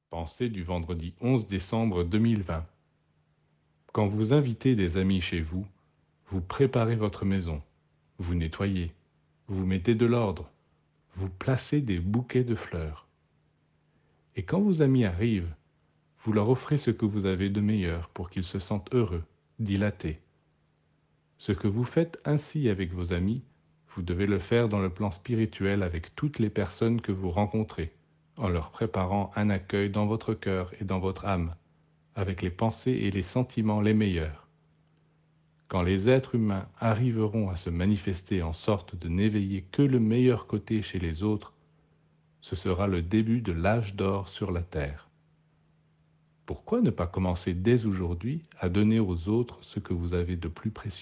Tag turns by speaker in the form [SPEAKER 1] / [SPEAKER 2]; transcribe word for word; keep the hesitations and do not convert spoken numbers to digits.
[SPEAKER 1] Pensée du vendredi onze décembre deux mille vingt. Quand vous invitez des amis chez vous, vous préparez votre maison, vous nettoyez, vous mettez de l'ordre, vous placez des bouquets de fleurs. Et quand vos amis arrivent, vous leur offrez ce que vous avez de meilleur pour qu'ils se sentent heureux, dilatés. Ce que vous faites ainsi avec vos amis, vous devez le faire dans le plan spirituel avec toutes les personnes que vous rencontrez, en leur préparant un accueil dans votre cœur et dans votre âme, avec les pensées et les sentiments les meilleurs. Quand les êtres humains arriveront à se manifester en sorte de n'éveiller que le meilleur côté chez les autres, ce sera le début de l'âge d'or sur la terre. Pourquoi ne pas commencer dès aujourd'hui à donner aux autres ce que vous avez de plus précieux ?